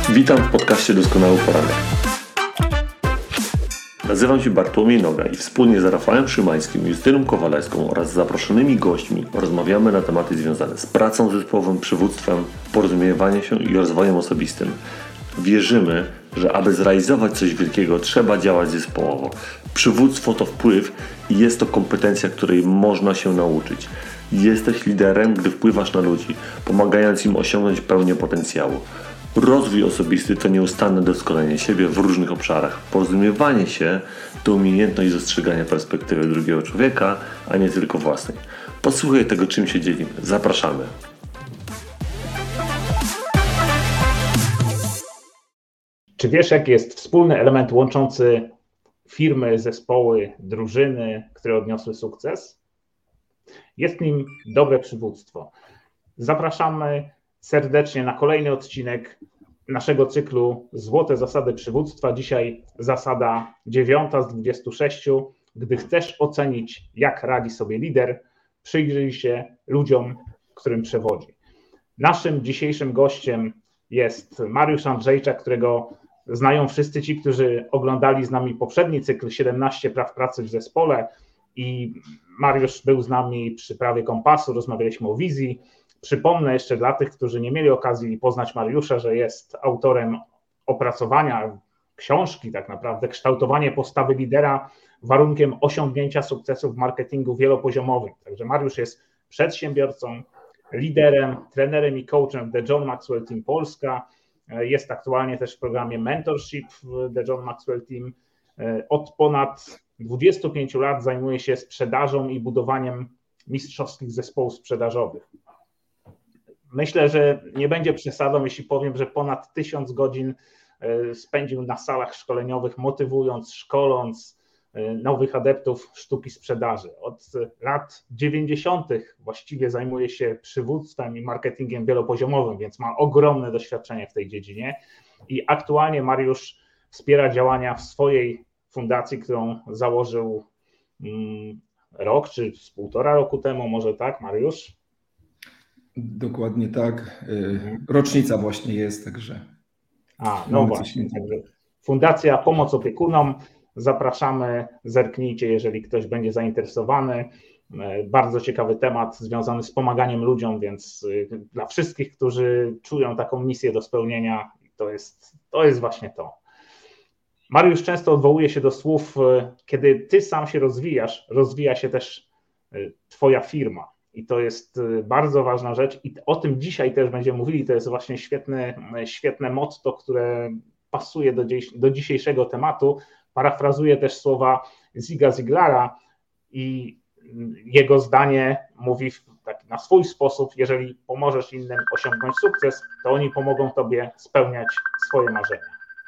Witam w podcaście Doskonały Poranek. Nazywam się Bartłomiej Noga i wspólnie z Rafałem Szymańskim, Justyną Kowalewską oraz zaproszonymi gośćmi rozmawiamy na tematy związane z pracą zespołową, przywództwem, porozumiewaniem się i rozwojem osobistym. Wierzymy, że aby zrealizować coś wielkiego, trzeba działać zespołowo. Przywództwo to wpływ i jest to kompetencja, której można się nauczyć. Jesteś liderem, gdy wpływasz na ludzi, pomagając im osiągnąć pełnię potencjału. Rozwój osobisty to nieustanne doskonalenie siebie w różnych obszarach. Porozumiewanie się to umiejętność dostrzegania perspektywy drugiego człowieka, a nie tylko własnej. Posłuchaj tego, czym się dzielimy. Zapraszamy. Czy wiesz, jaki jest wspólny element łączący firmy, zespoły, drużyny, które odniosły sukces? Jest nim dobre przywództwo. Zapraszamy serdecznie na kolejny odcinek naszego cyklu Złote zasady przywództwa. Dzisiaj zasada 9 z 26. Gdy chcesz ocenić, jak radzi sobie lider, przyjrzyj się ludziom, którym przewodzi. Naszym dzisiejszym gościem jest Mariusz Andrzejczak, którego znają wszyscy ci, którzy oglądali z nami poprzedni cykl 17 praw pracy w zespole i Mariusz był z nami przy prawie kompasu, rozmawialiśmy o wizji. Przypomnę jeszcze dla tych, którzy nie mieli okazji poznać Mariusza, że jest autorem opracowania książki, tak naprawdę kształtowanie postawy lidera warunkiem osiągnięcia sukcesu w marketingu wielopoziomowym. Także Mariusz jest przedsiębiorcą, liderem, trenerem i coachem w The John Maxwell Team Polska. Jest aktualnie też w programie Mentorship w The John Maxwell Team. Od ponad 25 lat zajmuje się sprzedażą i budowaniem mistrzowskich zespołów sprzedażowych. Myślę, że nie będzie przesadą, jeśli powiem, że ponad 1000 godzin spędził na salach szkoleniowych, motywując, szkoląc nowych adeptów sztuki sprzedaży. Od lat 90. właściwie zajmuje się przywództwem i marketingiem wielopoziomowym, więc ma ogromne doświadczenie w tej dziedzinie i aktualnie Mariusz wspiera działania w swojej fundacji, którą założył rok czy z 1,5 roku temu, może tak, Mariusz? Dokładnie tak. Rocznica właśnie jest, także. No właśnie. Fundacja Pomoc Opiekunom. Zapraszamy, zerknijcie, jeżeli ktoś będzie zainteresowany. Bardzo ciekawy temat związany z pomaganiem ludziom, więc dla wszystkich, którzy czują taką misję do spełnienia, to jest właśnie to. Mariusz często odwołuje się do słów, kiedy ty sam się rozwijasz, rozwija się też twoja firma. I to jest bardzo ważna rzecz i o tym dzisiaj też będziemy mówili. To jest właśnie świetne motto, które pasuje do dzisiejszego tematu. Parafrazuję też słowa Ziga Ziglara i jego zdanie mówi na swój sposób: jeżeli pomożesz innym osiągnąć sukces, to oni pomogą tobie spełniać swoje marzenia.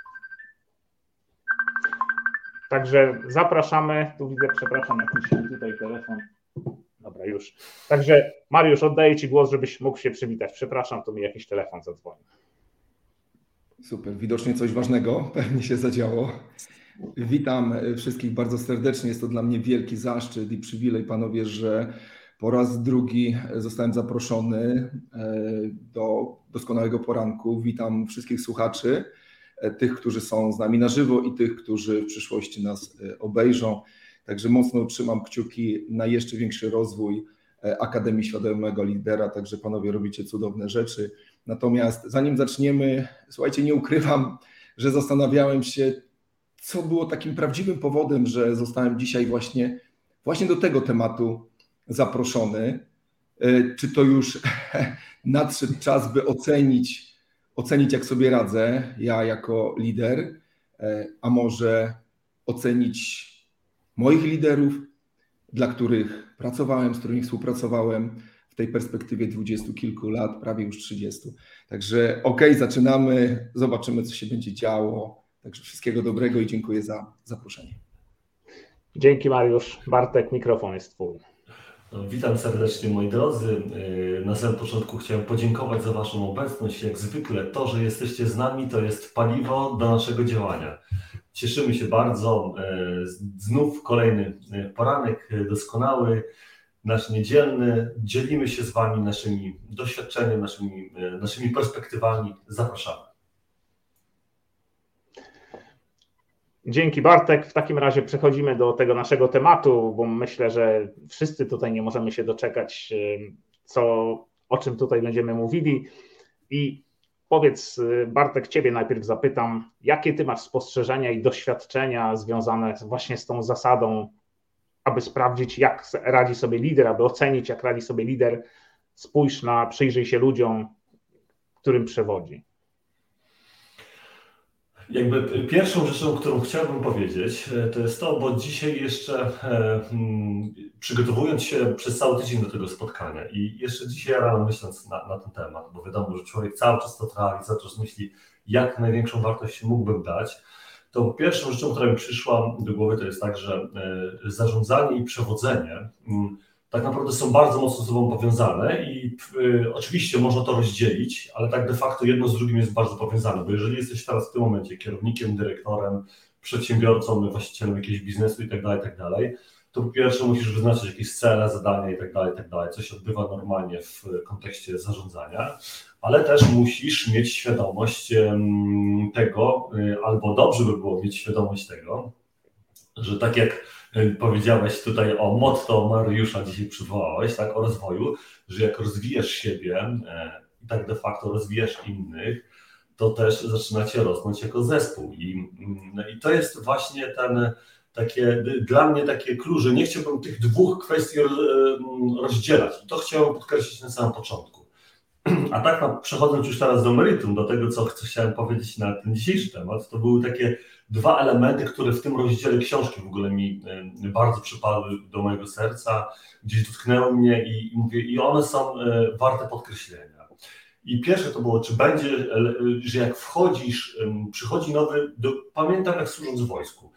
Także zapraszamy. Tu widzę, przepraszam, jakiś tutaj telefon. Dobra, już. Także Mariusz, oddaję ci głos, żebyś mógł się przywitać. Przepraszam, tu mi jakiś telefon zadzwonił. Super, widocznie coś ważnego pewnie się zadziało. Witam wszystkich bardzo serdecznie. Jest to dla mnie wielki zaszczyt i przywilej, panowie, że po raz drugi zostałem zaproszony do Doskonałego Poranku. Witam wszystkich słuchaczy, tych, którzy są z nami na żywo i tych, którzy w przyszłości nas obejrzą. Także mocno trzymam kciuki na jeszcze większy rozwój Akademii Świadomego Lidera, także panowie robicie cudowne rzeczy. Natomiast zanim zaczniemy, słuchajcie, nie ukrywam, że zastanawiałem się, co było takim prawdziwym powodem, że zostałem dzisiaj właśnie do tego tematu zaproszony. Czy to już nadszedł czas, by ocenić, jak sobie radzę, ja jako lider, a może ocenić moich liderów, dla których pracowałem, z którymi współpracowałem w tej perspektywie 20 kilku lat, prawie już 30. Także zaczynamy, zobaczymy, co się będzie działo. Także wszystkiego dobrego i dziękuję za zaproszenie. Dzięki, Mariusz. Bartek, mikrofon jest twój. Witam serdecznie, moi drodzy. Na samym początku chciałem podziękować za waszą obecność. Jak zwykle to, że jesteście z nami, to jest paliwo do naszego działania. Cieszymy się bardzo. Znów kolejny poranek doskonały, nasz niedzielny. Dzielimy się z wami naszymi doświadczeniami, naszymi perspektywami. Zapraszamy. Dzięki, Bartek. W takim razie przechodzimy do tego naszego tematu, bo myślę, że wszyscy tutaj nie możemy się doczekać, o czym tutaj będziemy mówili. I powiedz, Bartek, ciebie najpierw zapytam, jakie ty masz spostrzeżenia i doświadczenia związane właśnie z tą zasadą, aby sprawdzić, jak radzi sobie lider, aby ocenić, jak radzi sobie lider, przyjrzyj się ludziom, którym przewodzi. Jakby pierwszą rzeczą, którą chciałbym powiedzieć, to jest to, bo dzisiaj jeszcze przygotowując się przez cały tydzień do tego spotkania i jeszcze dzisiaj rano myśląc na ten temat, bo wiadomo, że człowiek cały czas to trawi, cały czas myśli, jak największą wartość mógłbym dać, to pierwszą rzeczą, która mi przyszła do głowy, to jest tak, że zarządzanie i przewodzenie tak naprawdę są bardzo mocno ze sobą powiązane i oczywiście można to rozdzielić, ale tak de facto jedno z drugim jest bardzo powiązane, bo jeżeli jesteś teraz w tym momencie kierownikiem, dyrektorem, przedsiębiorcą, właścicielem jakiegoś biznesu i tak dalej, to po pierwsze musisz wyznaczyć jakieś cele, zadania i tak dalej, co się odbywa normalnie w kontekście zarządzania, ale też musisz mieć świadomość tego, albo dobrze by było mieć świadomość tego, że tak jak powiedziałeś tutaj o motto Mariusza dzisiaj przywołałeś, tak, o rozwoju, że jak rozwijasz siebie i tak de facto rozwijasz innych, to też zaczynacie rosnąć jako zespół. I to jest właśnie dla mnie takie klucz, że nie chciałbym tych dwóch kwestii rozdzielać. I to chciałem podkreślić na samym początku. A tak przechodząc już teraz do meritum, do tego, co chciałem powiedzieć na ten dzisiejszy temat, to były takie dwa elementy, które w tym rozdziale książki w ogóle mi bardzo przypadły do mojego serca, gdzieś dotknęły mnie i mówię, i one są warte podkreślenia. I pierwsze to było, czy będzie, że jak przychodzi nowy, pamiętam jak służąc w wojsku,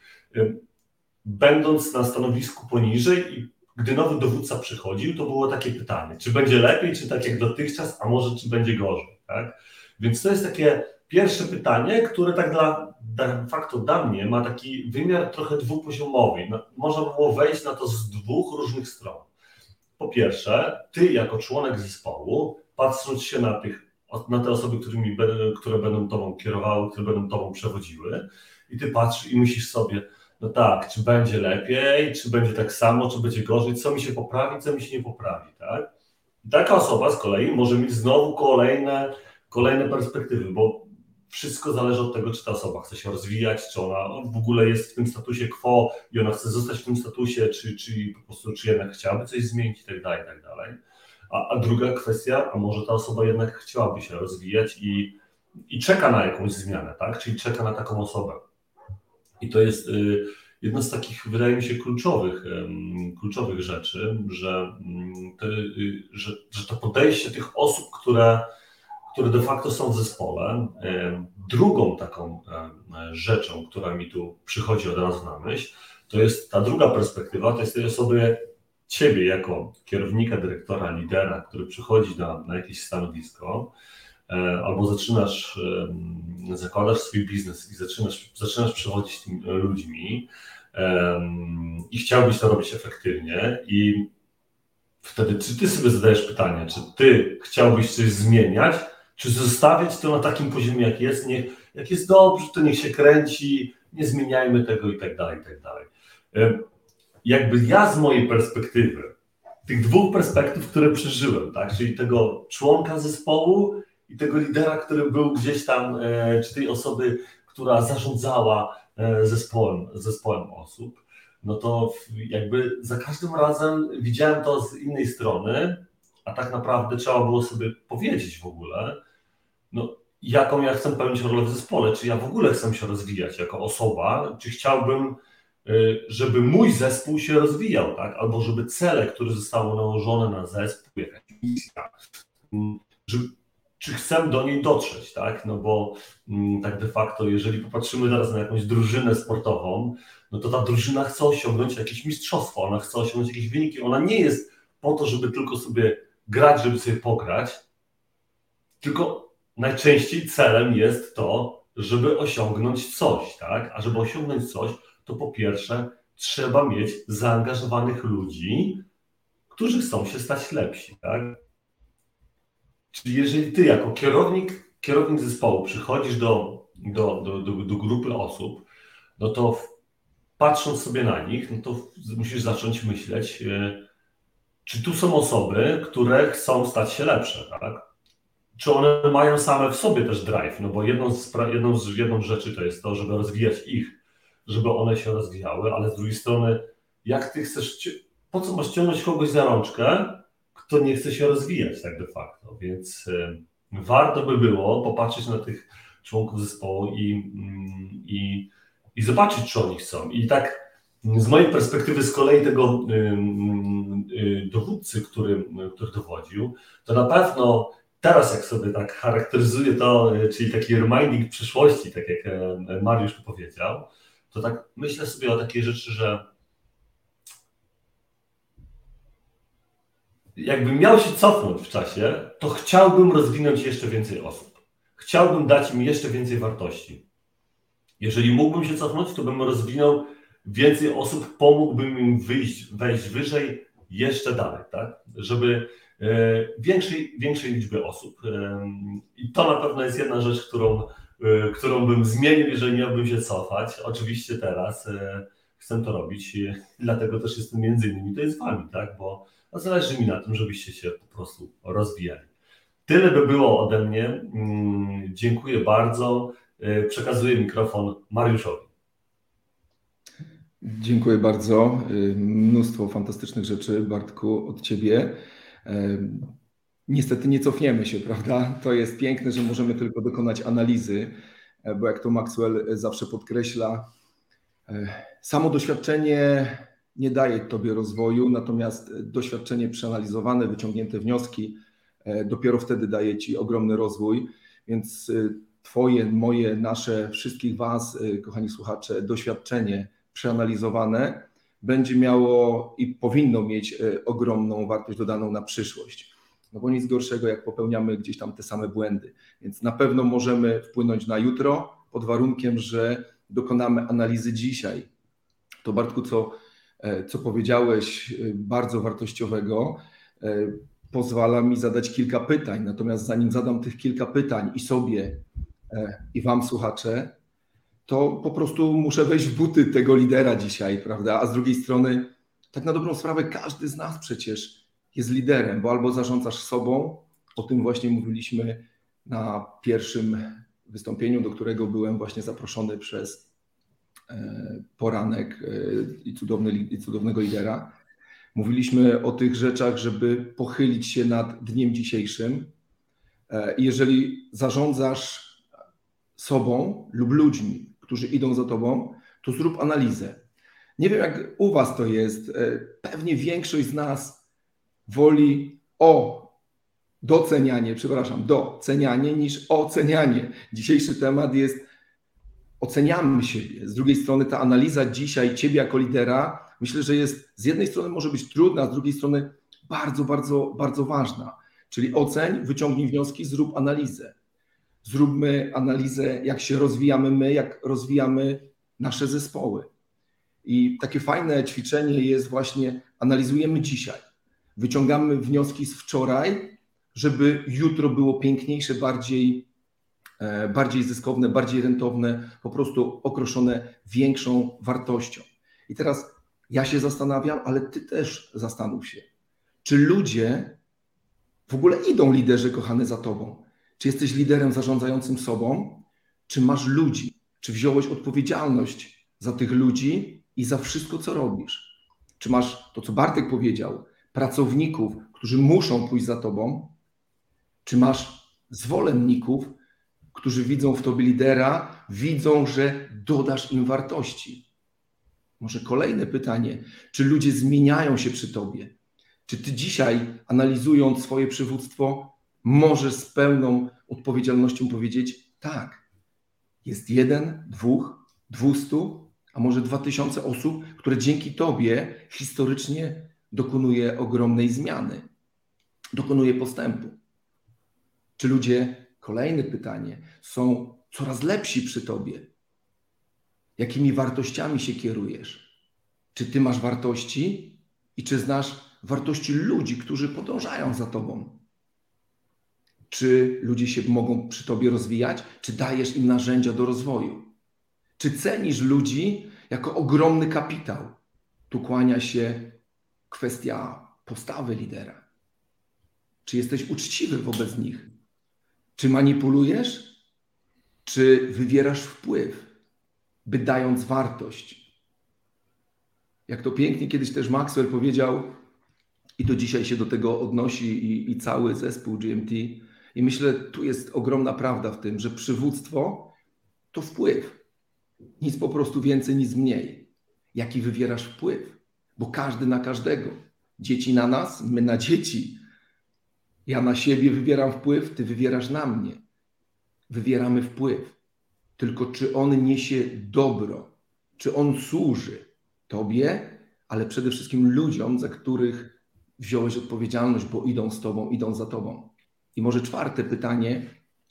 będąc na stanowisku poniżej i gdy nowy dowódca przychodził, to było takie pytanie, czy będzie lepiej, czy tak jak dotychczas, a może czy będzie gorzej, tak? Więc to jest takie pierwsze pytanie, które tak de facto dla mnie ma taki wymiar trochę dwupoziomowy. Można było wejść na to z dwóch różnych stron. Po pierwsze, ty jako członek zespołu, patrząc się na te osoby, które będą tobą kierowały, które będą tobą przewodziły i ty patrzysz i myślisz sobie, no tak, czy będzie lepiej, czy będzie tak samo, czy będzie gorzej, co mi się poprawi, co mi się nie poprawi, tak? I taka osoba z kolei może mieć znowu kolejne perspektywy, bo wszystko zależy od tego, czy ta osoba chce się rozwijać, czy ona w ogóle jest w tym statusie quo i ona chce zostać w tym statusie, czy po prostu czy jednak chciałaby coś zmienić i tak dalej. A druga kwestia, a może ta osoba jednak chciałaby się rozwijać i czeka na jakąś zmianę, tak? Czyli czeka na taką osobę. I to jest jedna z takich, wydaje mi się, kluczowych rzeczy, że to podejście tych osób, które de facto są w zespole. Drugą taką rzeczą, która mi tu przychodzi od razu na myśl, to jest ta druga perspektywa, to jest tej osoby, ciebie jako kierownika, dyrektora, lidera, który przychodzi na jakieś stanowisko, albo zakładasz swój biznes i zaczynasz przewodzić tymi ludźmi i chciałbyś to robić efektywnie i wtedy czy ty sobie zadajesz pytanie, czy ty chciałbyś coś zmieniać, czy zostawiać to na takim poziomie jak jest, jak jest dobrze, to niech się kręci, nie zmieniajmy tego i tak dalej. Jakby ja z mojej perspektywy, tych dwóch perspektyw, które przeżyłem, tak, czyli tego członka zespołu i tego lidera, który był gdzieś tam, czy tej osoby, która zarządzała zespołem osób, no to jakby za każdym razem widziałem to z innej strony, a tak naprawdę trzeba było sobie powiedzieć w ogóle, no jaką ja chcę pełnić rolę w zespole, czy ja w ogóle chcę się rozwijać jako osoba, czy chciałbym, żeby mój zespół się rozwijał, tak? Albo żeby cele, które zostały nałożone na zespół, jakaś misja, czy chcę do niej dotrzeć, tak? No bo tak de facto, jeżeli popatrzymy teraz na jakąś drużynę sportową, no to ta drużyna chce osiągnąć jakieś mistrzostwo, ona chce osiągnąć jakieś wyniki, ona nie jest po to, żeby tylko sobie grać, żeby sobie pograć, tylko najczęściej celem jest to, żeby osiągnąć coś, tak? A żeby osiągnąć coś, to po pierwsze trzeba mieć zaangażowanych ludzi, którzy chcą się stać lepsi, tak? Czyli jeżeli ty jako kierownik zespołu przychodzisz do grupy osób, no to patrząc sobie na nich, no to musisz zacząć myśleć, czy tu są osoby, które chcą stać się lepsze, tak? Czy one mają same w sobie też drive, no bo jedną z rzeczy to jest to, żeby rozwijać ich, żeby one się rozwijały, ale z drugiej strony, jak ty chcesz, po co masz ciągnąć kogoś za rączkę, kto nie chce się rozwijać tak de facto, więc warto by było popatrzeć na tych członków zespołu i zobaczyć, czy oni chcą. I tak z mojej perspektywy z kolei tego dowódcy, który dowodził, to na pewno teraz jak sobie tak charakteryzuję to, czyli taki reminding przyszłości, tak jak Mariusz tu powiedział, to tak myślę sobie o takiej rzeczy, że jakbym miał się cofnąć w czasie, to chciałbym rozwinąć jeszcze więcej osób. Chciałbym dać im jeszcze więcej wartości. Jeżeli mógłbym się cofnąć, to bym rozwinął więcej osób, pomógłbym im wejść wyżej, jeszcze dalej, tak? Żeby większej liczby osób. I to na pewno jest jedna rzecz, którą bym zmienił, jeżeli miałbym się cofać. Oczywiście teraz chcę to robić, dlatego też jestem między innymi to jest z wami, tak? Bo zależy mi na tym, żebyście się po prostu rozwijali. Tyle by było ode mnie. Dziękuję bardzo. Przekazuję mikrofon Mariuszowi. Dziękuję bardzo. Mnóstwo fantastycznych rzeczy, Bartku, od ciebie. Niestety nie cofniemy się, prawda? To jest piękne, że możemy tylko dokonać analizy, bo jak to Maxwell zawsze podkreśla, samo doświadczenie nie daje tobie rozwoju, natomiast doświadczenie przeanalizowane, wyciągnięte wnioski dopiero wtedy daje ci ogromny rozwój, więc twoje, moje, nasze, wszystkich was, kochani słuchacze, doświadczenie przeanalizowane będzie miało i powinno mieć ogromną wartość dodaną na przyszłość. No bo nic gorszego, jak popełniamy gdzieś tam te same błędy. Więc na pewno możemy wpłynąć na jutro pod warunkiem, że dokonamy analizy dzisiaj. To Bartku, co powiedziałeś bardzo wartościowego, pozwala mi zadać kilka pytań. Natomiast zanim zadam tych kilka pytań i sobie, i wam słuchacze, to po prostu muszę wejść w buty tego lidera dzisiaj, prawda? A z drugiej strony, tak na dobrą sprawę, każdy z nas przecież jest liderem, bo albo zarządzasz sobą, o tym właśnie mówiliśmy na pierwszym wystąpieniu, do którego byłem właśnie zaproszony przez Poranek i cudownego lidera. Mówiliśmy o tych rzeczach, żeby pochylić się nad dniem dzisiejszym. Jeżeli zarządzasz sobą lub ludźmi, którzy idą za tobą, to zrób analizę. Nie wiem, jak u was to jest. Pewnie większość z nas woli docenianie niż ocenianie. Dzisiejszy temat jest oceniamy siebie. Z drugiej strony ta analiza dzisiaj ciebie jako lidera, myślę, że jest z jednej strony może być trudna, a z drugiej strony bardzo, bardzo, bardzo ważna. Czyli oceń, wyciągnij wnioski, zrób analizę. Zróbmy analizę, jak się rozwijamy my, jak rozwijamy nasze zespoły. I takie fajne ćwiczenie jest właśnie, analizujemy dzisiaj. Wyciągamy wnioski z wczoraj, żeby jutro było piękniejsze, bardziej zyskowne, bardziej rentowne, po prostu okroszone większą wartością. I teraz ja się zastanawiam, ale ty też zastanów się, czy ludzie w ogóle idą, liderzy kochany, za tobą? Czy jesteś liderem zarządzającym sobą? Czy masz ludzi? Czy wziąłeś odpowiedzialność za tych ludzi i za wszystko, co robisz? Czy masz to, co Bartek powiedział, pracowników, którzy muszą pójść za tobą? Czy masz zwolenników, którzy widzą w tobie lidera, widzą, że dodasz im wartości? Może kolejne pytanie, czy ludzie zmieniają się przy tobie? Czy ty dzisiaj, analizując swoje przywództwo, możesz z pełną odpowiedzialnością powiedzieć, tak, jest 1, 2, 200, a może 2000 osób, które dzięki tobie historycznie dokonuje ogromnej zmiany, dokonuje postępu. Czy ludzie, kolejne pytanie, są coraz lepsi przy tobie? Jakimi wartościami się kierujesz? Czy ty masz wartości i czy znasz wartości ludzi, którzy podążają za tobą? Czy ludzie się mogą przy tobie rozwijać? Czy dajesz im narzędzia do rozwoju? Czy cenisz ludzi jako ogromny kapitał? Tu kłania się kwestia postawy lidera. Czy jesteś uczciwy wobec nich? Czy manipulujesz? Czy wywierasz wpływ, by dając wartość? Jak to pięknie kiedyś też Maxwell powiedział, i to dzisiaj się do tego odnosi i cały zespół GMT. I myślę, tu jest ogromna prawda w tym, że przywództwo to wpływ. Nic po prostu więcej, nic mniej. Jaki wywierasz wpływ? Bo każdy na każdego. Dzieci na nas, my na dzieci. Ja na siebie wywieram wpływ, ty wywierasz na mnie. Wywieramy wpływ. Tylko czy on niesie dobro? Czy on służy tobie, ale przede wszystkim ludziom, za których wziąłeś odpowiedzialność, bo idą z tobą, idą za tobą. I może czwarte pytanie.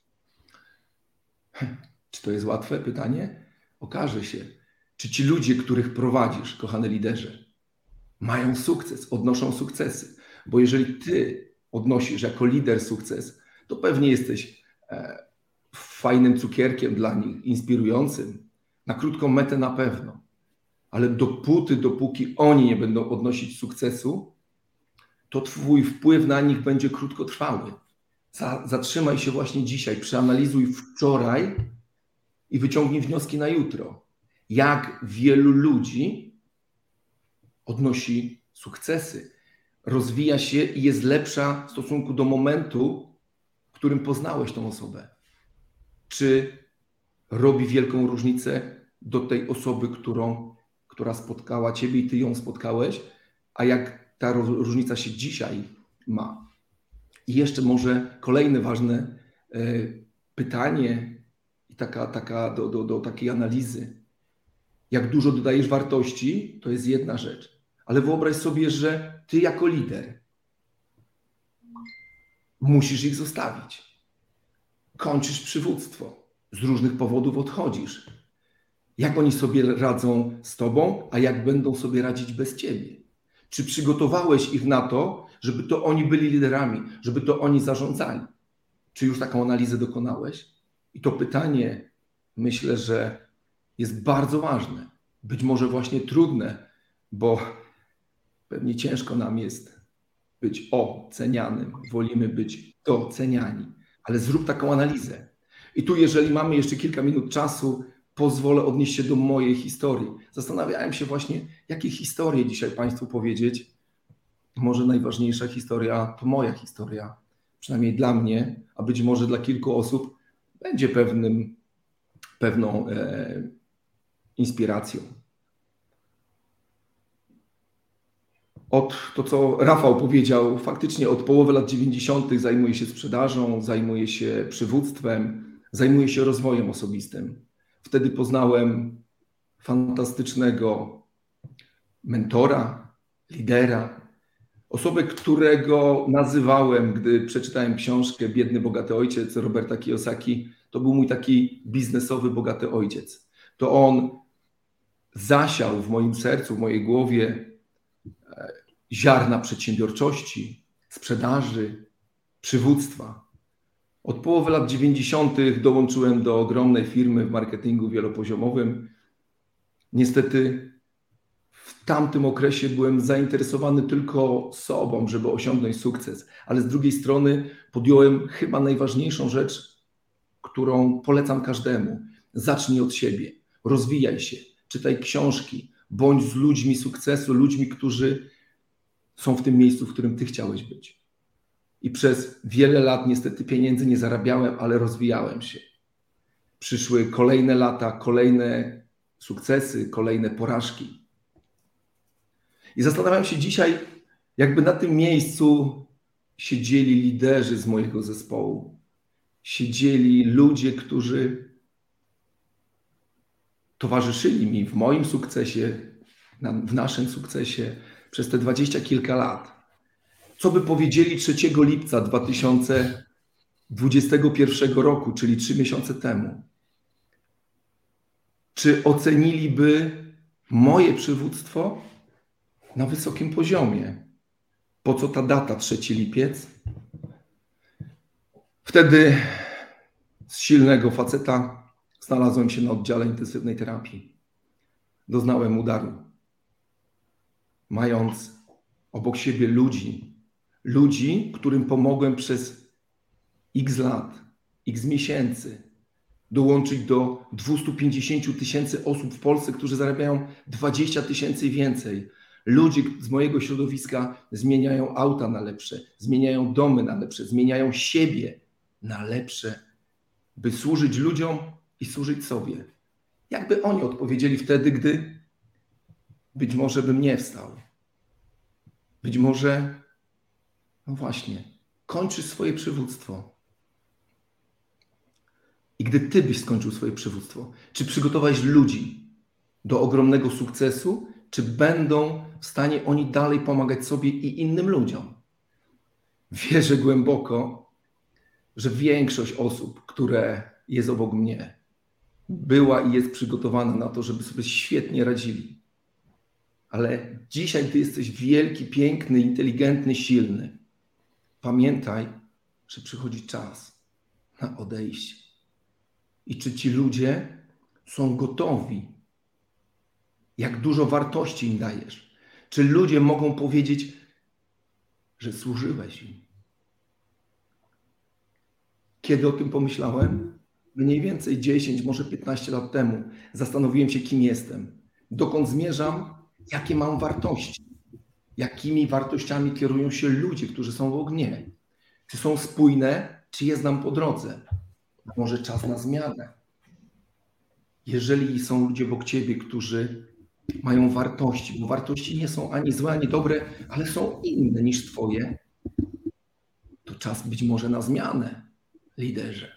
Czy to jest łatwe pytanie? Okaże się. Czy ci ludzie, których prowadzisz, kochany liderze, mają sukces, odnoszą sukcesy? Bo jeżeli ty odnosisz jako lider sukces, to pewnie jesteś fajnym cukierkiem dla nich, inspirującym. Na krótką metę na pewno. Ale dopóki oni nie będą odnosić sukcesu, to twój wpływ na nich będzie krótkotrwały. Zatrzymaj się właśnie dzisiaj, przeanalizuj wczoraj i wyciągnij wnioski na jutro. Jak wielu ludzi odnosi sukcesy, rozwija się i jest lepsza w stosunku do momentu, w którym poznałeś tą osobę. Czy robi wielką różnicę do tej osoby, która spotkała ciebie i ty ją spotkałeś, a jak ta różnica się dzisiaj ma. I jeszcze może kolejne ważne pytanie i do takiej analizy. Jak dużo dodajesz wartości, to jest jedna rzecz. Ale wyobraź sobie, że ty jako lider musisz ich zostawić. Kończysz przywództwo. Z różnych powodów odchodzisz. Jak oni sobie radzą z tobą, a jak będą sobie radzić bez ciebie? Czy przygotowałeś ich na to, żeby to oni byli liderami, żeby to oni zarządzali? Czy już taką analizę dokonałeś? I to pytanie, myślę, że jest bardzo ważne. Być może właśnie trudne, bo pewnie ciężko nam jest być ocenianym. Wolimy być doceniani. Ale zrób taką analizę. I tu, jeżeli mamy jeszcze kilka minut czasu, pozwolę odnieść się do mojej historii. Zastanawiałem się właśnie, jakie historie dzisiaj Państwu powiedzieć. Może najważniejsza historia to moja historia, przynajmniej dla mnie, a być może dla kilku osób będzie pewną inspiracją. To, co Rafał powiedział, faktycznie od połowy lat 90. zajmuję się sprzedażą, zajmuję się przywództwem, zajmuję się rozwojem osobistym. Wtedy poznałem fantastycznego mentora, lidera, osobę, którego nazywałem, gdy przeczytałem książkę Biedny, bogaty ojciec Roberta Kiyosaki, to był mój taki biznesowy, bogaty ojciec. To on zasiał w moim sercu, w mojej głowie ziarna przedsiębiorczości, sprzedaży, przywództwa. Od połowy lat 90. dołączyłem do ogromnej firmy w marketingu wielopoziomowym. Niestety w tamtym okresie byłem zainteresowany tylko sobą, żeby osiągnąć sukces, ale z drugiej strony podjąłem chyba najważniejszą rzecz, którą polecam każdemu. Zacznij od siebie, rozwijaj się, czytaj książki, bądź z ludźmi sukcesu, ludźmi, którzy są w tym miejscu, w którym ty chciałeś być. I przez wiele lat niestety pieniędzy nie zarabiałem, ale rozwijałem się. Przyszły kolejne lata, kolejne sukcesy, kolejne porażki. I zastanawiam się dzisiaj, jakby na tym miejscu siedzieli liderzy z mojego zespołu. Siedzieli ludzie, którzy towarzyszyli mi w moim sukcesie, w naszym sukcesie przez te 20 kilka lat. Co by powiedzieli 3 lipca 2021 roku, czyli 3 miesiące temu? Czy oceniliby moje przywództwo na wysokim poziomie? Po co ta data 3 lipiec? Wtedy z silnego faceta, z znalazłem się na oddziale intensywnej terapii. Doznałem udaru. Mając obok siebie ludzi, którym pomogłem przez x lat, x miesięcy dołączyć do 250 000 osób w Polsce, którzy zarabiają 20 000 i więcej. Ludzie z mojego środowiska zmieniają auta na lepsze, zmieniają domy na lepsze, zmieniają siebie na lepsze, by służyć ludziom i służyć sobie. Jakby oni odpowiedzieli wtedy, gdy być może bym nie wstał. Być może, no właśnie, kończysz swoje przywództwo. I gdy ty byś skończył swoje przywództwo, czy przygotowałeś ludzi do ogromnego sukcesu, czy będą w stanie oni dalej pomagać sobie i innym ludziom? Wierzę głęboko, że większość osób, które jest obok mnie, była i jest przygotowana na to, żeby sobie świetnie radzili. Ale dzisiaj, gdy jesteś wielki, piękny, inteligentny, silny, pamiętaj, że przychodzi czas na odejście. I czy ci ludzie są gotowi? Jak dużo wartości im dajesz? Czy ludzie mogą powiedzieć, że służyłeś im? Kiedy o tym pomyślałem? Mniej więcej 10, może 15 lat temu zastanowiłem się, kim jestem, dokąd zmierzam, jakie mam wartości, jakimi wartościami kierują się ludzie, którzy są obok mnie. Czy są spójne, czy jest nam po drodze? Może czas na zmianę. Jeżeli są ludzie obok ciebie, którzy mają wartości, bo wartości nie są ani złe, ani dobre, ale są inne niż twoje, to czas być może na zmianę, liderze.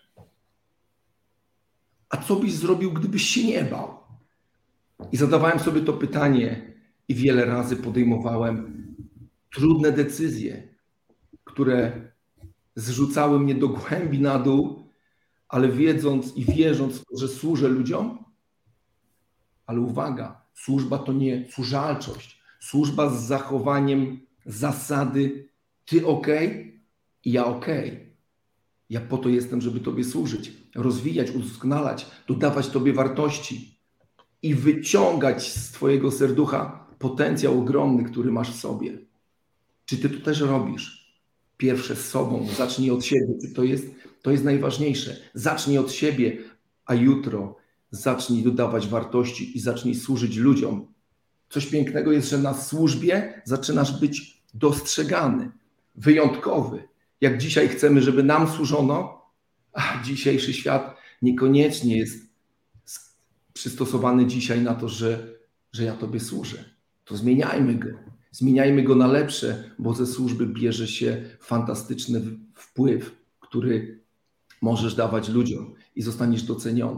A co byś zrobił, gdybyś się nie bał? I zadawałem sobie to pytanie i wiele razy podejmowałem trudne decyzje, które zrzucały mnie do głębi na dół, ale wiedząc i wierząc w to, że służę ludziom. Ale uwaga, służba to nie służalczość. Służba z zachowaniem zasady ty okej i ja okej. Ja po to jestem, żeby tobie służyć, rozwijać, udoskonalać, dodawać tobie wartości i wyciągać z twojego serducha potencjał ogromny, który masz w sobie. Czy ty to też robisz? Pierwsze z sobą, zacznij od siebie. To jest najważniejsze. Zacznij od siebie, a jutro zacznij dodawać wartości i zacznij służyć ludziom. Coś pięknego jest, że na służbie zaczynasz być dostrzegany, wyjątkowy. Jak dzisiaj chcemy, żeby nam służono, a dzisiejszy świat niekoniecznie jest przystosowany dzisiaj na to, że ja tobie służę. To zmieniajmy go. Zmieniajmy go na lepsze, bo ze służby bierze się fantastyczny wpływ, który możesz dawać ludziom i zostaniesz doceniony.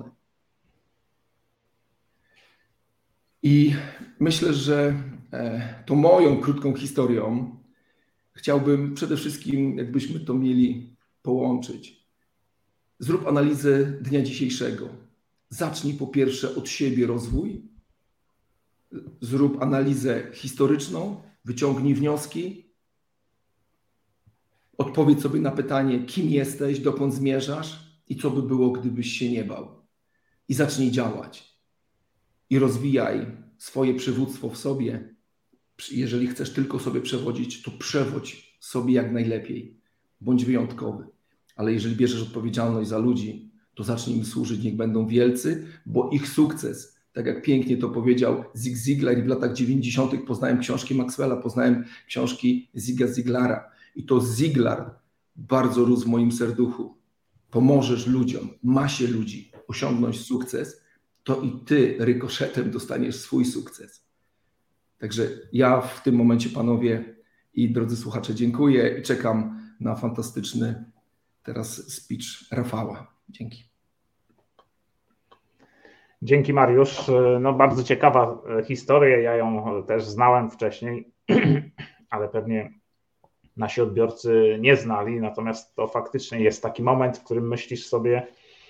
I myślę, że tą moją krótką historią chciałbym przede wszystkim, jakbyśmy to mieli połączyć. Zrób analizę dnia dzisiejszego. Zacznij po pierwsze od siebie rozwój. Zrób analizę historyczną, wyciągnij wnioski. Odpowiedz sobie na pytanie, kim jesteś, dokąd zmierzasz i co by było, gdybyś się nie bał. I zacznij działać. I rozwijaj swoje przywództwo w sobie. Jeżeli chcesz tylko sobie przewodzić, to przewodź sobie jak najlepiej. Bądź wyjątkowy. Ale jeżeli bierzesz odpowiedzialność za ludzi, to zacznij im służyć, niech będą wielcy, bo ich sukces, tak jak pięknie to powiedział Zig Ziglar i w latach 90. poznałem książki Maxwella, poznałem książki Ziga Ziglara. I to Ziglar bardzo rósł w moim serduchu. Pomożesz ludziom, masie ludzi osiągnąć sukces, to i ty rykoszetem dostaniesz swój sukces. Także ja w tym momencie, panowie i drodzy słuchacze, dziękuję i czekam na fantastyczny teraz speech Rafała. Dzięki. Dzięki, Mariusz. No, bardzo ciekawa historia. Ja ją też znałem wcześniej, ale pewnie nasi odbiorcy nie znali. Natomiast to faktycznie jest taki moment, w którym myślisz sobie,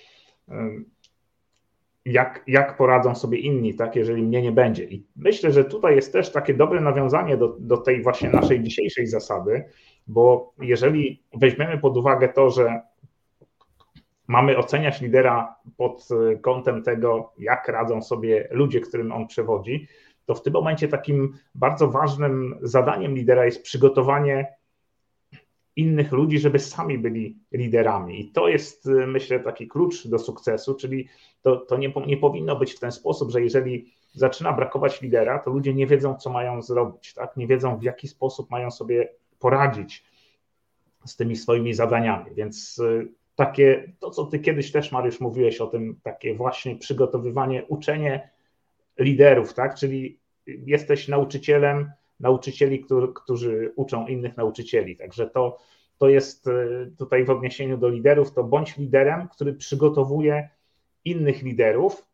jak poradzą sobie inni, tak, jeżeli mnie nie będzie. I myślę, że tutaj jest też takie dobre nawiązanie do tej właśnie naszej dzisiejszej zasady, bo jeżeli weźmiemy pod uwagę to, że mamy oceniać lidera pod kątem tego, jak radzą sobie ludzie, którym on przewodzi, to w tym momencie takim bardzo ważnym zadaniem lidera jest przygotowanie innych ludzi, żeby sami byli liderami. I to jest, myślę, taki klucz do sukcesu, czyli to nie powinno być w ten sposób, że jeżeli zaczyna brakować lidera, to ludzie nie wiedzą, co mają zrobić, tak? Nie wiedzą, w jaki sposób mają sobie poradzić z tymi swoimi zadaniami. Więc to, co ty kiedyś też, Mariusz, mówiłeś o tym, takie właśnie przygotowywanie, uczenie liderów, tak? Czyli jesteś nauczycieli, którzy uczą innych nauczycieli. Także to jest tutaj w odniesieniu do liderów, to bądź liderem, który przygotowuje innych liderów,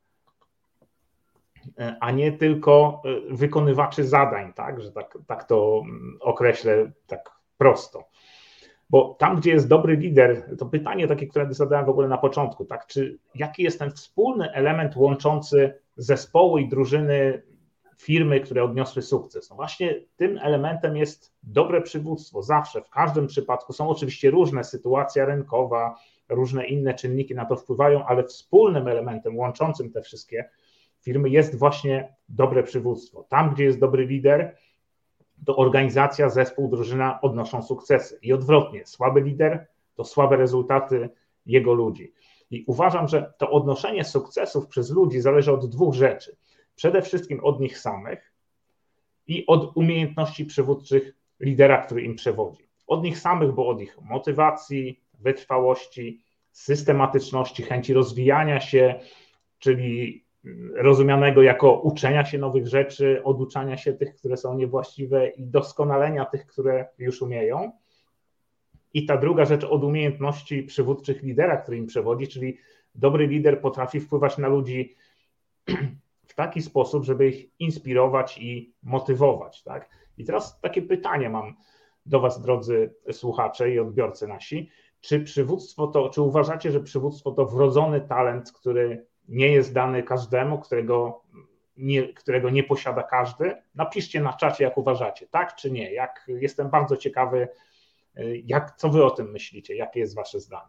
a nie tylko wykonywaczy zadań, tak? Że tak to określę tak prosto. Bo tam, gdzie jest dobry lider, to pytanie takie, które zadałem w ogóle na początku, tak? Jaki jest ten wspólny element łączący zespoły i drużyny firmy, które odniosły sukces? No właśnie tym elementem jest dobre przywództwo. Zawsze, w każdym przypadku są oczywiście różne, sytuacja rynkowa, różne inne czynniki na to wpływają, ale wspólnym elementem łączącym te wszystkie firmy jest właśnie dobre przywództwo. Tam, gdzie jest dobry lider, to organizacja, zespół, drużyna odnoszą sukcesy. I odwrotnie, słaby lider to słabe rezultaty jego ludzi. I uważam, że to odnoszenie sukcesów przez ludzi zależy od dwóch rzeczy. Przede wszystkim od nich samych i od umiejętności przywódczych lidera, który im przewodzi. Od nich samych, bo od ich motywacji, wytrwałości, systematyczności, chęci rozwijania się, czyli rozumianego jako uczenia się nowych rzeczy, oduczania się tych, które są niewłaściwe i doskonalenia tych, które już umieją. I ta druga rzecz od umiejętności przywódczych lidera, który im przewodzi, czyli dobry lider potrafi wpływać na ludzi w taki sposób, żeby ich inspirować i motywować. Tak? I teraz takie pytanie mam do was, drodzy słuchacze i odbiorcy nasi. Czy uważacie, że przywództwo to wrodzony talent, który nie jest dany każdemu, którego nie posiada każdy? Napiszcie na czacie, jak uważacie, tak czy nie. Jestem bardzo ciekawy, co wy o tym myślicie, jakie jest wasze zdanie.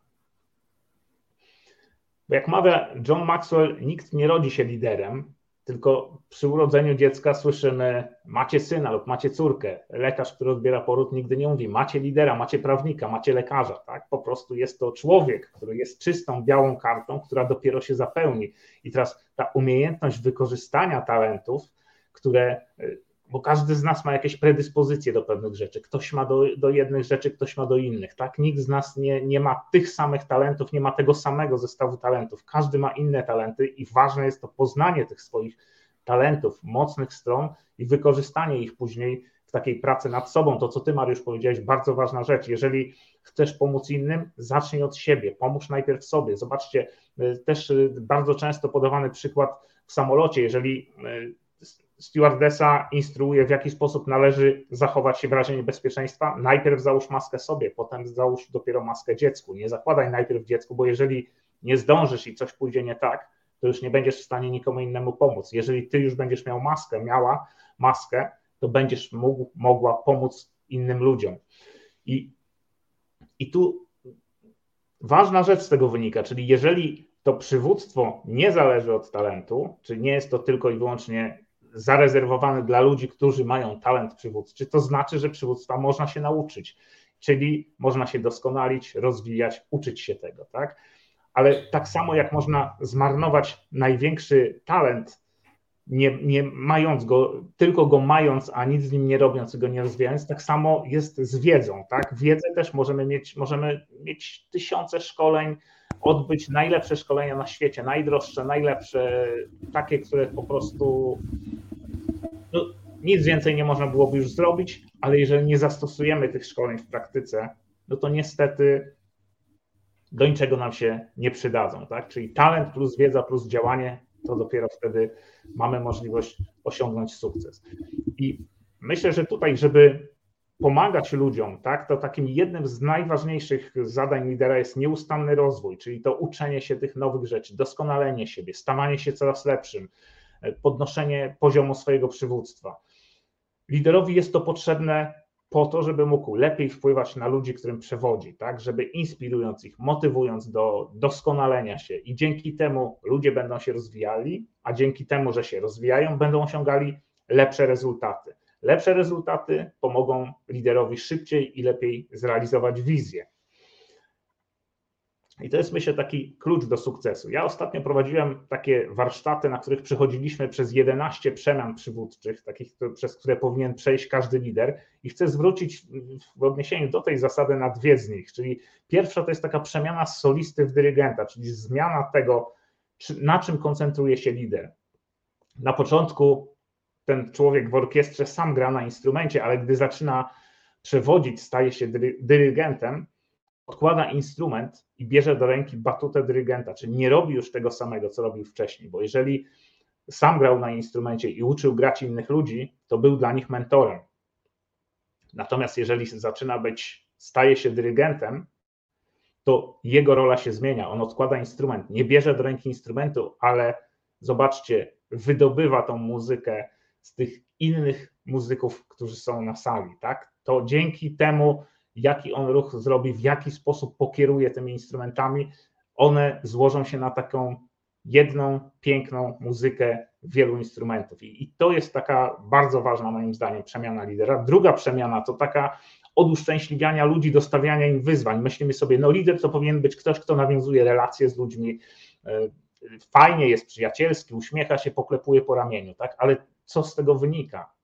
Bo jak mawia John Maxwell, nikt nie rodzi się liderem, tylko przy urodzeniu dziecka słyszymy: macie syna lub macie córkę. Lekarz, który odbiera poród, nigdy nie mówi: macie lidera, macie prawnika, macie lekarza. Tak? Po prostu jest to człowiek, który jest czystą, białą kartą, która dopiero się zapełni. I teraz ta umiejętność wykorzystania talentów, bo każdy z nas ma jakieś predyspozycje do pewnych rzeczy. Ktoś ma do jednych rzeczy, ktoś ma do innych. Tak? Nikt z nas nie ma tych samych talentów, nie ma tego samego zestawu talentów. Każdy ma inne talenty i ważne jest to poznanie tych swoich talentów, mocnych stron i wykorzystanie ich później w takiej pracy nad sobą. To, co ty, Mariusz, powiedziałeś, bardzo ważna rzecz. Jeżeli chcesz pomóc innym, zacznij od siebie. Pomóż najpierw sobie. Zobaczcie, też bardzo często podawany przykład w samolocie. Jeżeli stewardessa instruuje, w jaki sposób należy zachować się w razie niebezpieczeństwa, najpierw załóż maskę sobie, potem załóż dopiero maskę dziecku. Nie zakładaj najpierw dziecku, bo jeżeli nie zdążysz i coś pójdzie nie tak, to już nie będziesz w stanie nikomu innemu pomóc. Jeżeli ty już będziesz miała maskę, to będziesz mogła pomóc innym ludziom. I tu ważna rzecz z tego wynika, czyli jeżeli to przywództwo nie zależy od talentu, czyli nie jest to tylko i wyłącznie zarezerwowane dla ludzi, którzy mają talent przywódczy, to znaczy, że przywództwa można się nauczyć, czyli można się doskonalić, rozwijać, uczyć się tego, tak? Ale tak samo jak można zmarnować największy talent, nie mając go, tylko go mając, a nic z nim nie robiąc i go nie rozwijając, tak samo jest z wiedzą, tak? Wiedzę też możemy mieć tysiące szkoleń, odbyć najlepsze szkolenia na świecie, najdroższe, najlepsze, takie, które po prostu nic więcej nie można byłoby już zrobić, ale jeżeli nie zastosujemy tych szkoleń w praktyce, no to niestety do niczego nam się nie przydadzą, tak? Czyli talent plus wiedza plus działanie, to dopiero wtedy mamy możliwość osiągnąć sukces. I myślę, że tutaj, żeby pomagać ludziom, tak, to takim jednym z najważniejszych zadań lidera jest nieustanny rozwój, czyli to uczenie się tych nowych rzeczy, doskonalenie siebie, stawanie się coraz lepszym, podnoszenie poziomu swojego przywództwa. Liderowi jest to potrzebne po to, żeby mógł lepiej wpływać na ludzi, którym przewodzi, tak? Żeby inspirując ich, motywując do doskonalenia się i dzięki temu ludzie będą się rozwijali, a dzięki temu, że się rozwijają, będą osiągali lepsze rezultaty. Lepsze rezultaty pomogą liderowi szybciej i lepiej zrealizować wizję. I to jest, myślę, taki klucz do sukcesu. Ja ostatnio prowadziłem takie warsztaty, na których przechodziliśmy przez 11 przemian przywódczych, takich, przez które powinien przejść każdy lider, i chcę zwrócić w odniesieniu do tej zasady na dwie z nich. Czyli pierwsza to jest taka przemiana z solisty w dyrygenta, czyli zmiana tego, na czym koncentruje się lider. Na początku ten człowiek w orkiestrze sam gra na instrumencie, ale gdy zaczyna przewodzić, staje się dyrygentem, odkłada instrument i bierze do ręki batutę dyrygenta, czyli nie robi już tego samego, co robił wcześniej, bo jeżeli sam grał na instrumencie i uczył grać innych ludzi, to był dla nich mentorem. Natomiast jeżeli staje się dyrygentem, to jego rola się zmienia, on odkłada instrument, nie bierze do ręki instrumentu, ale zobaczcie, wydobywa tą muzykę z tych innych muzyków, którzy są na sali, tak? To dzięki temu, jaki on ruch zrobi, w jaki sposób pokieruje tymi instrumentami, one złożą się na taką jedną, piękną muzykę wielu instrumentów. I to jest taka bardzo ważna, moim zdaniem, przemiana lidera. Druga przemiana to taka od uszczęśliwiania ludzi do stawiania im wyzwań. Myślimy sobie, no lider to powinien być ktoś, kto nawiązuje relacje z ludźmi, fajnie jest, przyjacielski, uśmiecha się, poklepuje po ramieniu, tak? Ale co z tego wynika?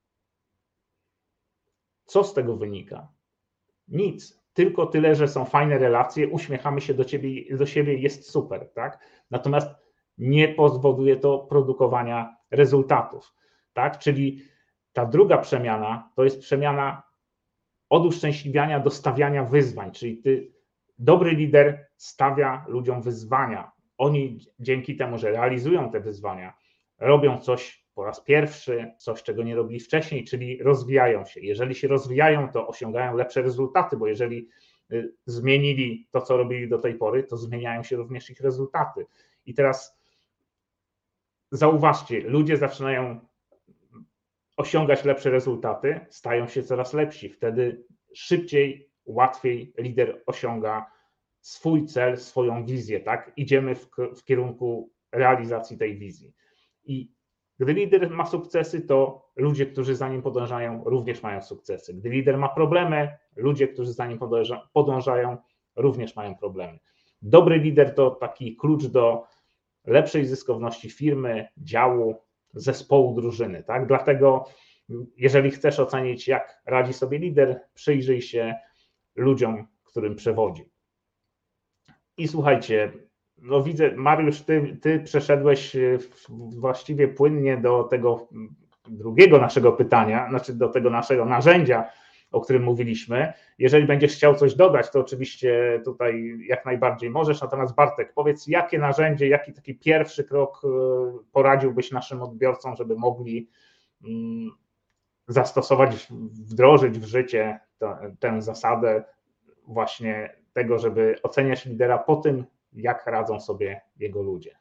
Co z tego wynika? Nic, tylko tyle, że są fajne relacje, uśmiechamy się do siebie, jest super, tak? Natomiast nie powoduje to produkowania rezultatów, tak? Czyli ta druga przemiana to jest przemiana od uszczęśliwiania do stawiania wyzwań, czyli dobry lider stawia ludziom wyzwania. Oni dzięki temu, że realizują te wyzwania, robią coś po raz pierwszy, coś, czego nie robili wcześniej, czyli rozwijają się. Jeżeli się rozwijają, to osiągają lepsze rezultaty, bo jeżeli zmienili to, co robili do tej pory, to zmieniają się również ich rezultaty. I teraz zauważcie, ludzie zaczynają osiągać lepsze rezultaty, stają się coraz lepsi. Wtedy szybciej, łatwiej lider osiąga swój cel, swoją wizję, tak? Idziemy w kierunku realizacji tej wizji. I gdy lider ma sukcesy, to ludzie, którzy za nim podążają, również mają sukcesy. Gdy lider ma problemy, ludzie, którzy za nim podążają, również mają problemy. Dobry lider to taki klucz do lepszej zyskowności firmy, działu, zespołu, drużyny, tak? Dlatego jeżeli chcesz ocenić, jak radzi sobie lider, przyjrzyj się ludziom, którym przewodzi. I słuchajcie, no widzę, Mariusz, ty przeszedłeś właściwie płynnie do tego drugiego naszego pytania, znaczy do tego naszego narzędzia, o którym mówiliśmy. Jeżeli będziesz chciał coś dodać, to oczywiście tutaj jak najbardziej możesz. Natomiast Bartek, powiedz, jakie narzędzie, jaki taki pierwszy krok poradziłbyś naszym odbiorcom, żeby mogli zastosować, wdrożyć w życie tę zasadę właśnie tego, żeby oceniać lidera po tym, jak radzą sobie jego ludzie.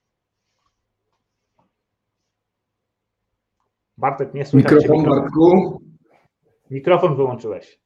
Bartek, nie słychać mikrofon, Bartku. Mikrofon wyłączyłeś.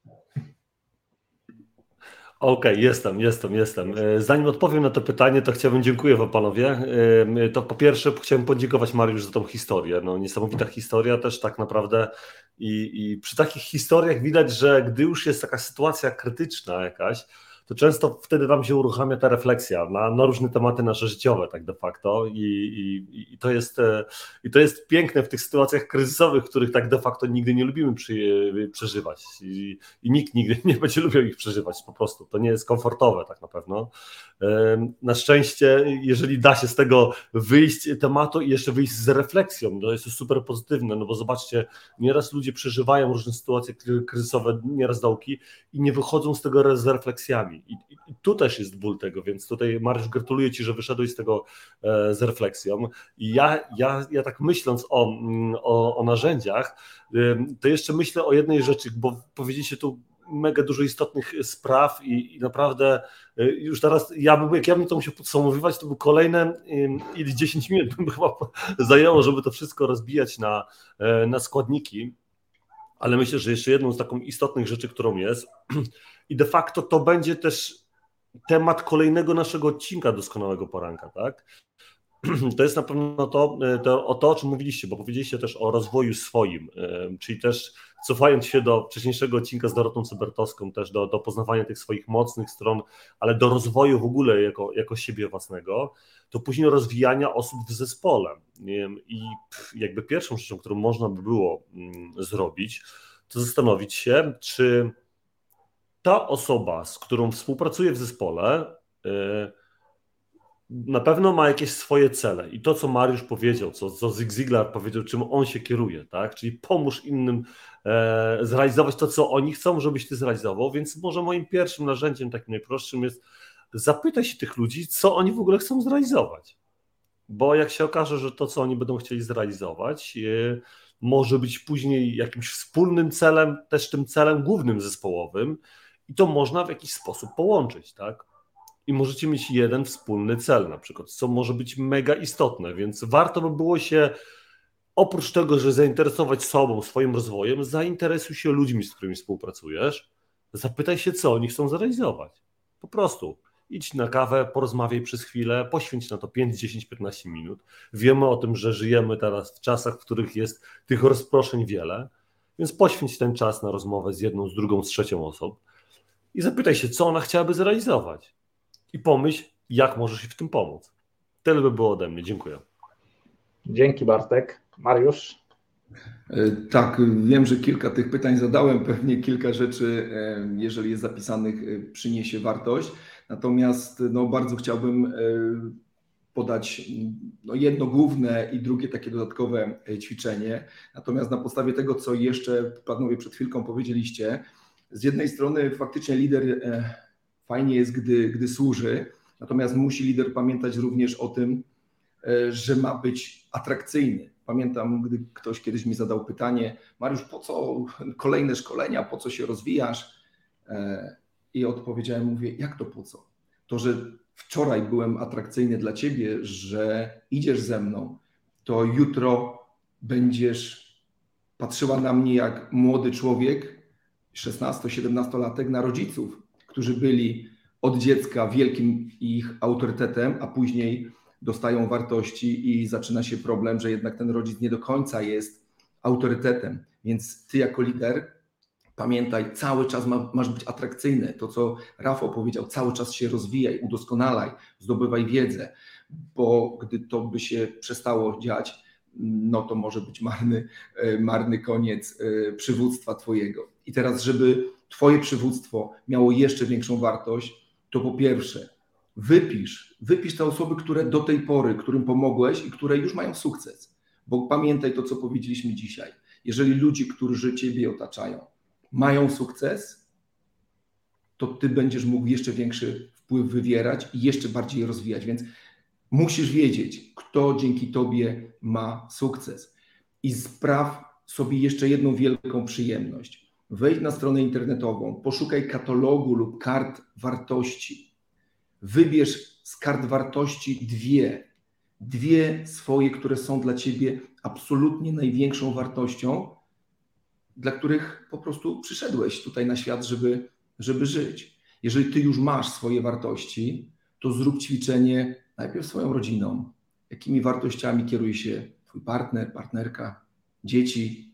Okej, jestem. Zanim odpowiem na to pytanie, to dziękuję wam panowie. To po pierwsze chciałem podziękować Mariusz za tą historię. No, niesamowita historia też tak naprawdę i przy takich historiach widać, że gdy już jest taka sytuacja krytyczna jakaś, to często wtedy nam się uruchamia ta refleksja na różne tematy nasze życiowe tak de facto i to jest piękne w tych sytuacjach kryzysowych, których tak de facto nigdy nie lubimy przeżywać i nikt nigdy nie będzie lubił ich przeżywać po prostu, to nie jest komfortowe tak na pewno. Na szczęście, jeżeli da się z tego wyjść tematu i jeszcze wyjść z refleksją, to jest super pozytywne, no bo zobaczcie, nieraz ludzie przeżywają różne sytuacje kryzysowe, nieraz dołki i nie wychodzą z tego z refleksjami. I tu też jest ból tego, więc tutaj Mariusz, gratuluję Ci, że wyszedłeś z tego z refleksją. I ja tak myśląc o narzędziach, to jeszcze myślę o jednej rzeczy, bo powiedzieliście tu mega dużo istotnych spraw i naprawdę już teraz, jak ja bym to musiał podsumowywać, to by kolejne 10 minut by chyba zajęło, żeby to wszystko rozbijać na składniki. Ale myślę, że jeszcze jedną z taką istotnych rzeczy, którą jest i de facto to będzie też temat kolejnego naszego odcinka Doskonałego Poranka, tak? To jest na pewno o czym mówiliście, bo powiedzieliście też o rozwoju swoim, czyli też cofając się do wcześniejszego odcinka z Dorotą Cybertowską, też do poznawania tych swoich mocnych stron, ale do rozwoju w ogóle jako siebie własnego, to później rozwijania osób w zespole. I jakby pierwszą rzeczą, którą można by było zrobić, to zastanowić się, czy ta osoba, z którą współpracuję w zespole, na pewno ma jakieś swoje cele i to, co Mariusz powiedział, co Zig Ziglar powiedział, czym on się kieruje, tak? Czyli pomóż innym zrealizować to, co oni chcą, żebyś ty zrealizował, więc może moim pierwszym narzędziem, takim najprostszym jest zapytaj się tych ludzi, co oni w ogóle chcą zrealizować, bo jak się okaże, że to, co oni będą chcieli zrealizować, może być później jakimś wspólnym celem, też tym celem głównym zespołowym i to można w jakiś sposób połączyć, tak? I możecie mieć jeden wspólny cel na przykład, co może być mega istotne, więc warto by było się, oprócz tego, że zainteresować sobą, swoim rozwojem, zainteresuj się ludźmi, z którymi współpracujesz, zapytaj się, co oni chcą zrealizować. Po prostu idź na kawę, porozmawiaj przez chwilę, poświęć na to 5, 10, 15 minut. Wiemy o tym, że żyjemy teraz w czasach, w których jest tych rozproszeń wiele, więc poświęć ten czas na rozmowę z jedną, z drugą, z trzecią osobą i zapytaj się, co ona chciałaby zrealizować. I pomyśl, jak możesz jej w tym pomóc. Tyle by było ode mnie. Dziękuję. Dzięki, Bartek. Mariusz? Tak, wiem, że kilka tych pytań zadałem, pewnie kilka rzeczy, jeżeli jest zapisanych, przyniesie wartość. Natomiast bardzo chciałbym podać jedno główne i drugie takie dodatkowe ćwiczenie. Natomiast na podstawie tego, co jeszcze panowie przed chwilką powiedzieliście, z jednej strony faktycznie lider fajnie jest, gdy służy, natomiast musi lider pamiętać również o tym, że ma być atrakcyjny. Pamiętam, gdy ktoś kiedyś mi zadał pytanie: Mariusz, po co kolejne szkolenia, po co się rozwijasz? I odpowiedziałem, mówię, jak to po co? To, że wczoraj byłem atrakcyjny dla ciebie, że idziesz ze mną, to jutro będziesz patrzyła na mnie jak młody człowiek, 16-17-latek, na rodziców, którzy byli od dziecka wielkim ich autorytetem, a później dostają wartości i zaczyna się problem, że jednak ten rodzic nie do końca jest autorytetem. Więc ty jako lider pamiętaj, cały czas masz być atrakcyjny. To, co Rafał powiedział, cały czas się rozwijaj, udoskonalaj, zdobywaj wiedzę, bo gdy to by się przestało dziać, no to może być marny koniec przywództwa twojego. I teraz, żeby twoje przywództwo miało jeszcze większą wartość, to po pierwsze wypisz te osoby, które do tej pory, którym pomogłeś i które już mają sukces. Bo pamiętaj to, co powiedzieliśmy dzisiaj. Jeżeli ludzie, którzy ciebie otaczają, mają sukces, to ty będziesz mógł jeszcze większy wpływ wywierać i jeszcze bardziej rozwijać. Więc musisz wiedzieć, kto dzięki tobie ma sukces. I spraw sobie jeszcze jedną wielką przyjemność. Wejdź na stronę internetową, poszukaj katalogu lub kart wartości. Wybierz z kart wartości dwie swoje, które są dla ciebie absolutnie największą wartością, dla których po prostu przyszedłeś tutaj na świat, żeby żyć. Jeżeli ty już masz swoje wartości, to zrób ćwiczenie najpierw swoją rodziną. Jakimi wartościami kieruje się twój partner, partnerka, dzieci,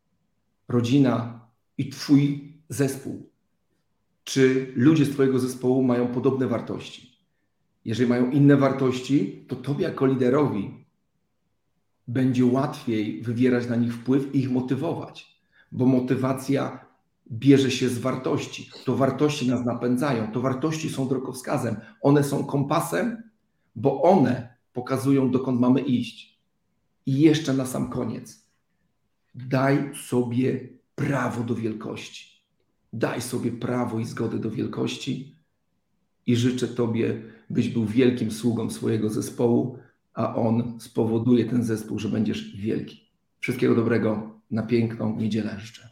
rodzina i twój zespół. Czy ludzie z twojego zespołu mają podobne wartości? Jeżeli mają inne wartości, to tobie jako liderowi będzie łatwiej wywierać na nich wpływ i ich motywować, bo motywacja bierze się z wartości. To wartości nas napędzają, to wartości są drogowskazem, one są kompasem, bo one pokazują, dokąd mamy iść. I jeszcze na sam koniec, daj sobie prawo do wielkości. Daj sobie prawo i zgodę do wielkości i życzę tobie, byś był wielkim sługą swojego zespołu, a on spowoduje ten zespół, że będziesz wielki. Wszystkiego dobrego, na piękną niedzielę życzę.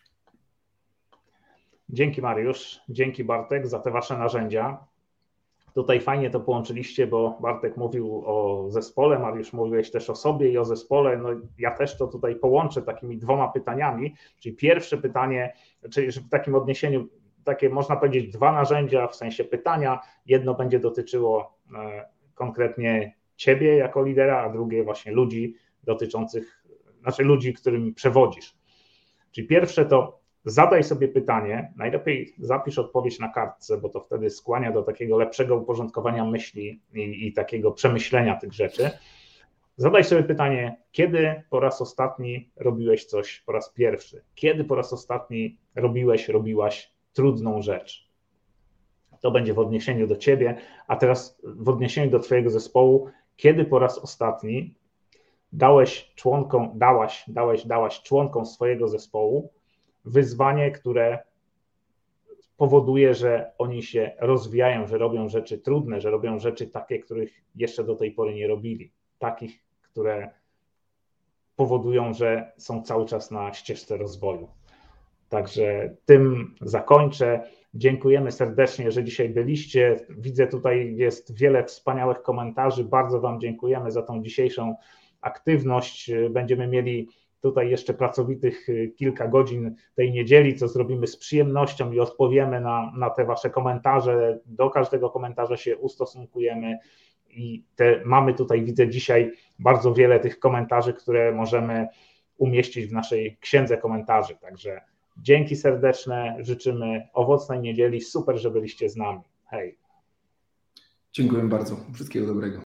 Dzięki, Mariusz, dzięki, Bartek, za te wasze narzędzia. Tutaj fajnie to połączyliście, bo Bartek mówił o zespole, Mariusz mówiłeś też o sobie i o zespole. No ja też to tutaj połączę takimi 2 pytaniami. Czyli pierwsze pytanie, czyli w takim odniesieniu, takie można powiedzieć 2 narzędzia w sensie pytania. Jedno będzie dotyczyło konkretnie ciebie jako lidera, a drugie właśnie ludzi ludzi, którymi przewodzisz. Czyli pierwsze to zadaj sobie pytanie, najlepiej zapisz odpowiedź na kartce, bo to wtedy skłania do takiego lepszego uporządkowania myśli i takiego przemyślenia tych rzeczy. Zadaj sobie pytanie, kiedy po raz ostatni robiłeś coś po raz pierwszy? Kiedy po raz ostatni robiłaś trudną rzecz? To będzie w odniesieniu do ciebie, a teraz w odniesieniu do twojego zespołu, kiedy po raz ostatni dałaś członkom swojego zespołu wyzwanie, które powoduje, że oni się rozwijają, że robią rzeczy trudne, że robią rzeczy takie, których jeszcze do tej pory nie robili. Takich, które powodują, że są cały czas na ścieżce rozwoju. Także tym zakończę. Dziękujemy serdecznie, że dzisiaj byliście. Widzę, tutaj jest wiele wspaniałych komentarzy. Bardzo wam dziękujemy za tą dzisiejszą aktywność. Będziemy mieli tutaj jeszcze pracowitych kilka godzin tej niedzieli, co zrobimy z przyjemnością i odpowiemy na te wasze komentarze. Do każdego komentarza się ustosunkujemy i mamy tutaj, widzę dzisiaj bardzo wiele tych komentarzy, które możemy umieścić w naszej księdze komentarzy. Także dzięki serdeczne, życzymy owocnej niedzieli. Super, że byliście z nami. Hej. Dziękuję bardzo. Wszystkiego dobrego.